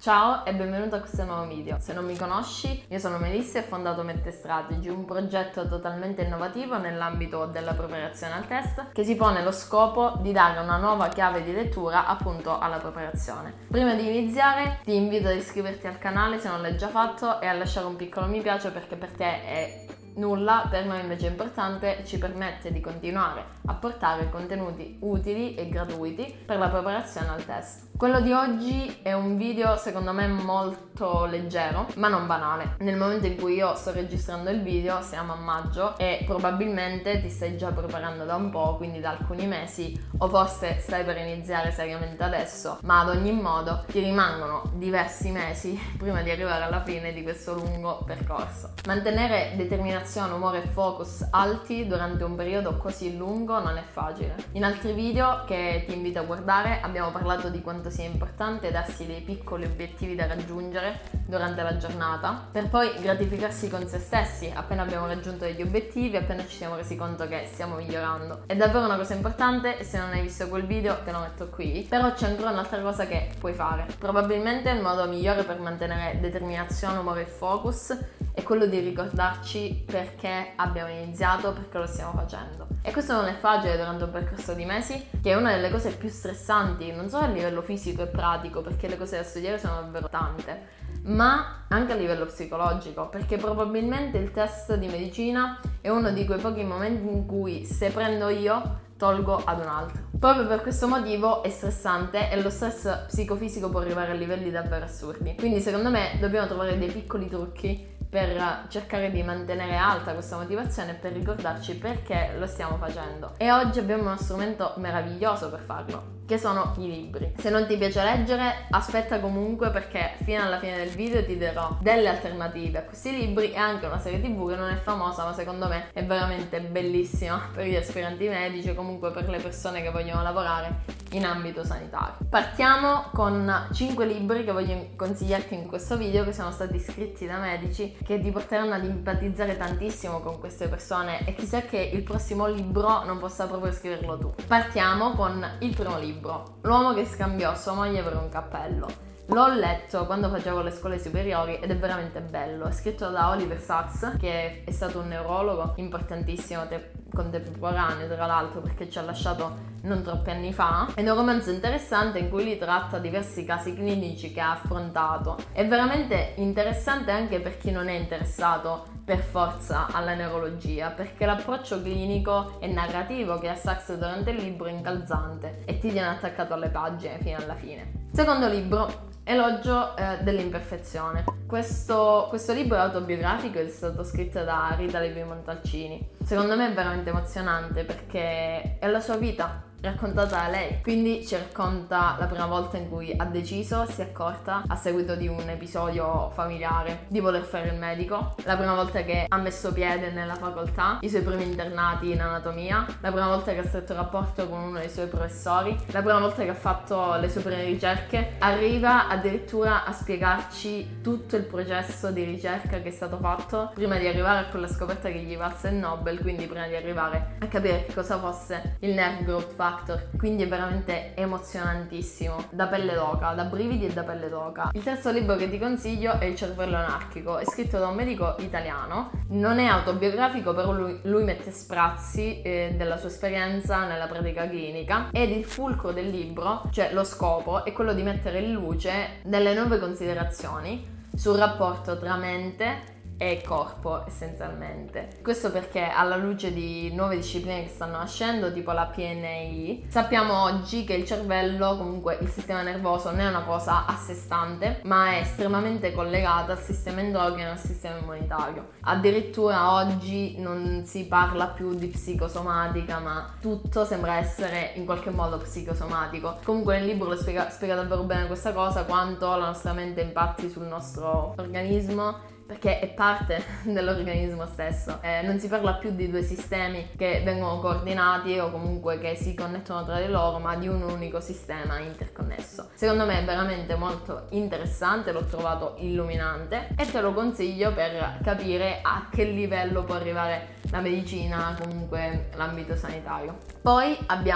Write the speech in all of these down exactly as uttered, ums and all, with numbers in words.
Ciao e benvenuto a questo nuovo video. Se non mi conosci, io sono Melissa e ho fondato Mette Strategy, un progetto totalmente innovativo nell'ambito della preparazione al test che si pone lo scopo di dare una nuova chiave di lettura appunto alla preparazione. Prima di iniziare ti invito ad iscriverti al canale se non l'hai già fatto e a lasciare un piccolo mi piace perché per te è nulla, per noi invece è importante e ci permette di continuare a portare contenuti utili e gratuiti per la preparazione al test. Quello di oggi è un video secondo me molto leggero ma non banale. Nel momento in cui io sto registrando il video siamo a maggio e probabilmente ti stai già preparando da un po', quindi da alcuni mesi, o forse stai per iniziare seriamente adesso, ma ad ogni modo ti rimangono diversi mesi prima di arrivare alla fine di questo lungo percorso. Mantenere determinazione, umore e focus alti durante un periodo così lungo non è facile. In altri video che ti invito a guardare abbiamo parlato di quanto sia importante darsi dei piccoli obiettivi da raggiungere durante la giornata per poi gratificarsi con se stessi appena abbiamo raggiunto degli obiettivi, appena ci siamo resi conto che stiamo migliorando. È davvero una cosa importante e se non hai visto quel video te lo metto qui, però c'è ancora un'altra cosa che puoi fare. Probabilmente il modo migliore per mantenere determinazione, umore e focus è quello di ricordarci perché abbiamo iniziato, perché lo stiamo facendo. E questo non è facile durante un percorso di mesi, che è una delle cose più stressanti, non solo a livello fisico e pratico, perché le cose da studiare sono davvero tante, ma anche a livello psicologico, perché probabilmente il test di medicina è uno di quei pochi momenti in cui se prendo io tolgo ad un altro. Proprio per questo motivo è stressante e lo stress psicofisico può arrivare a livelli davvero assurdi. Quindi secondo me dobbiamo trovare dei piccoli trucchi per cercare di mantenere alta questa motivazione e per ricordarci perché lo stiamo facendo. E oggi abbiamo uno strumento meraviglioso per farlo, che sono i libri. Se non ti piace leggere, aspetta comunque perché fino alla fine del video ti darò delle alternative a questi libri e anche una serie tv che non è famosa ma secondo me è veramente bellissima per gli aspiranti medici o comunque per le persone che vogliono lavorare in ambito sanitario. Partiamo con cinque libri che voglio consigliarti in questo video, che sono stati scritti da medici che ti porteranno ad empatizzare tantissimo con queste persone e chissà che il prossimo libro non possa proprio scriverlo tu. Partiamo con il primo libro, L'uomo che scambiò sua moglie per un cappello. L'ho letto quando facevo le scuole superiori ed è veramente bello. È scritto da Oliver Sacks, che è stato un neurologo importantissimo te- contemporaneo tra l'altro, perché ci ha lasciato non troppi anni fa. È un romanzo interessante in cui lui tratta diversi casi clinici che ha affrontato. È veramente interessante anche per chi non è interessato per forza alla neurologia, perché l'approccio clinico e narrativo che ha Sacks durante il libro è incalzante e ti tiene attaccato alle pagine fino alla fine. Secondo libro, Elogio eh, dell'imperfezione. Questo, questo libro è autobiografico ed è stato scritto da Rita Levi Montalcini. Secondo me è veramente emozionante perché è la sua vita raccontata da lei, quindi ci racconta la prima volta in cui ha deciso, si è accorta a seguito di un episodio familiare di voler fare il medico, la prima volta che ha messo piede nella facoltà, i suoi primi internati in anatomia, la prima volta che ha stretto rapporto con uno dei suoi professori, la prima volta che ha fatto le sue prime ricerche. Arriva addirittura a spiegarci tutto il processo di ricerca che è stato fatto prima di arrivare a quella scoperta che gli valse il Nobel, quindi prima di arrivare a capire che cosa fosse il nerve growth factor. Quindi è veramente emozionantissimo, da pelle d'oca, da brividi e da pelle d'oca. Il terzo libro che ti consiglio è Il cervello anarchico, è scritto da un medico italiano, non è autobiografico, però lui, lui mette sprazzi eh, della sua esperienza nella pratica clinica ed il fulcro del libro, cioè lo scopo, è quello di mettere in luce delle nuove considerazioni sul rapporto tra mente e corpo essenzialmente. Questo perché alla luce di nuove discipline che stanno nascendo tipo la P N I sappiamo oggi che il cervello, comunque il sistema nervoso, non è una cosa a sé stante ma è estremamente collegata al sistema endocrino e al sistema immunitario. Addirittura oggi non si parla più di psicosomatica ma tutto sembra essere in qualche modo psicosomatico. Comunque nel libro lo spiega, spiega davvero bene questa cosa, quanto la nostra mente impatti sul nostro organismo, perché è parte dell'organismo stesso. Eh, non si parla più di due sistemi che vengono coordinati o comunque che si connettono tra di loro, ma di un unico sistema interconnesso. Secondo me è veramente molto interessante, l'ho trovato illuminante e te lo consiglio per capire a che livello può arrivare la medicina, comunque l'ambito sanitario. Poi abbiamo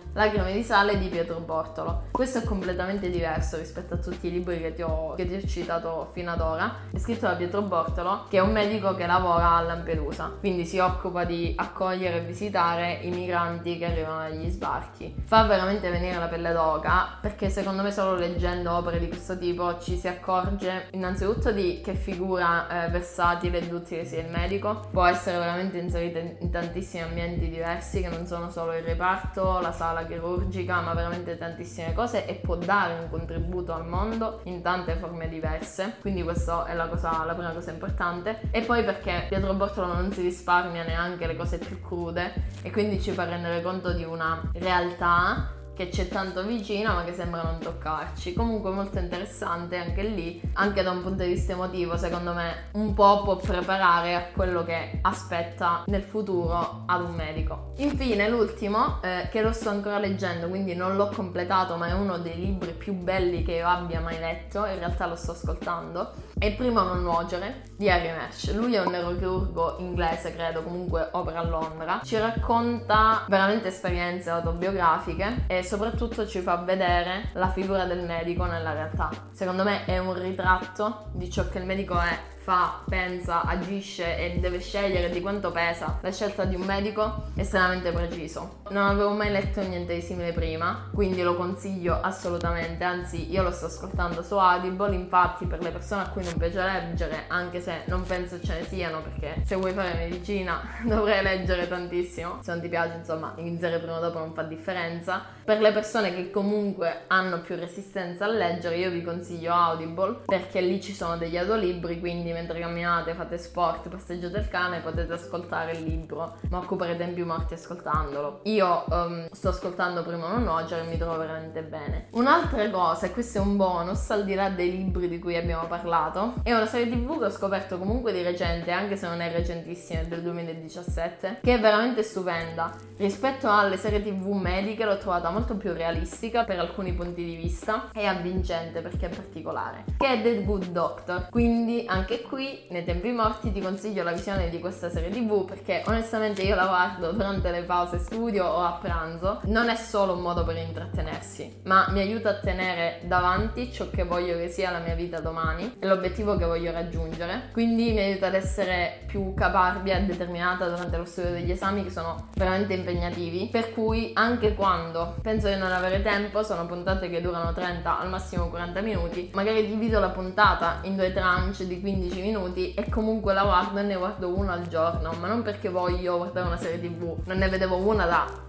Lacrime di sale di Pietro Bortolo. Questo è completamente diverso rispetto a tutti i libri che ti ho, che ti ho citato fino ad ora. È scritto da Pietro Bortolo, che è un medico che lavora a Lampedusa, quindi si occupa di accogliere e visitare i migranti che arrivano agli sbarchi. Fa veramente venire la pelle d'oca, perché secondo me solo leggendo opere di questo tipo ci si accorge innanzitutto di che figura eh, versatile ed utile sia il medico. Può essere veramente inserita in tantissimi ambienti diversi, che non sono solo il reparto, la sala chirurgica, ma veramente tantissime cose, e può dare un contributo al mondo in tante forme diverse. Quindi questa è la cosa, la prima cosa importante. E poi perché Pietro Bortolo non si risparmia neanche le cose più crude, e quindi ci fa rendere conto di una realtà che c'è tanto vicino ma che sembra non toccarci. Comunque molto interessante anche lì, anche da un punto di vista emotivo. Secondo me un po' può preparare a quello che aspetta nel futuro ad un medico. Infine l'ultimo, eh, che lo sto ancora leggendo, quindi non l'ho completato, ma è uno dei libri più belli che io abbia mai letto, in realtà lo sto ascoltando, è Il primo a non nuocere di Harry Marsh. Lui è un neurochirurgo inglese, credo, comunque opera a Londra. Ci racconta veramente esperienze autobiografiche e soprattutto ci fa vedere la figura del medico nella realtà. Secondo me è un ritratto di ciò che il medico è, fa, pensa, agisce e deve scegliere, di quanto pesa la scelta di un medico estremamente preciso. Non avevo mai letto niente di simile prima, quindi lo consiglio assolutamente, anzi io lo sto ascoltando su Audible. Infatti per le persone a cui non piace leggere, anche se non penso ce ne siano, perché se vuoi fare medicina dovrai leggere tantissimo, se non ti piace insomma iniziare prima o dopo non fa differenza. Per le persone che comunque hanno più resistenza a leggere, io vi consiglio Audible, perché lì ci sono degli audiolibri, quindi mentre camminate, fate sport, passeggiate il cane, potete ascoltare il libro, ma occuperete in più morti ascoltandolo. Io um, sto ascoltando Prima non nuocere e mi trovo veramente bene. Un'altra cosa, e questo è un bonus al di là dei libri di cui abbiamo parlato, è una serie tv che ho scoperto comunque di recente, anche se non è recentissima, è del duemiladiciassette, che è veramente stupenda. Rispetto alle serie tv mediche l'ho trovata molto più realistica per alcuni punti di vista e avvincente perché è particolare, che è The Good Doctor. Quindi anche qui nei tempi morti ti consiglio la visione di questa serie tv, perché onestamente io la guardo durante le pause studio o a pranzo. Non è solo un modo per intrattenersi, ma mi aiuta a tenere davanti ciò che voglio che sia la mia vita domani e l'obiettivo che voglio raggiungere. Quindi mi aiuta ad essere più caparbia e determinata durante lo studio degli esami, che sono veramente impegnativi, per cui anche quando penso di non avere tempo, sono puntate che durano trenta al massimo quaranta minuti, magari divido la puntata in due tranche di quindici minuti e comunque la guardo, e ne guardo una al giorno, ma non perché voglio guardare una serie tv, non ne vedevo una da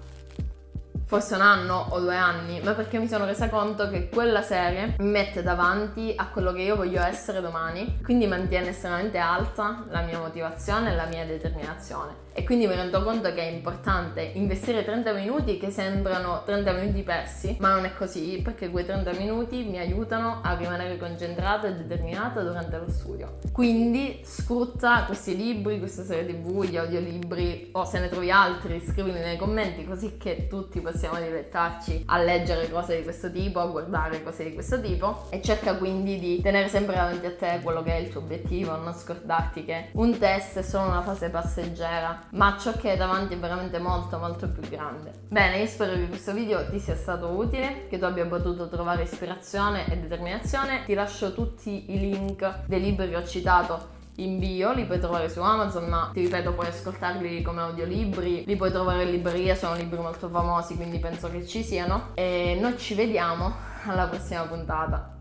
forse un anno o due anni, ma perché mi sono resa conto che quella serie mi mette davanti a quello che io voglio essere domani, quindi mantiene estremamente alta la mia motivazione e la mia determinazione. E quindi mi rendo conto che è importante investire trenta minuti che sembrano trenta minuti persi, ma non è così, perché quei trenta minuti mi aiutano a rimanere concentrata e determinata durante lo studio. Quindi sfrutta questi libri, questa serie tv, gli audiolibri, o se ne trovi altri scrivimi nei commenti, così che tutti possiamo dilettarci a leggere cose di questo tipo, a guardare cose di questo tipo, e cerca quindi di tenere sempre davanti a te quello che è il tuo obiettivo, non scordarti che un test è solo una fase passeggera, ma ciò che è davanti è veramente molto molto più grande. Bene, io spero che questo video ti sia stato utile, che tu abbia potuto trovare ispirazione e determinazione. Ti lascio tutti i link dei libri che ho citato in bio, li puoi trovare su Amazon, ma ti ripeto, puoi ascoltarli come audiolibri, li puoi trovare in libreria, sono libri molto famosi, quindi penso che ci siano. E noi ci vediamo alla prossima puntata.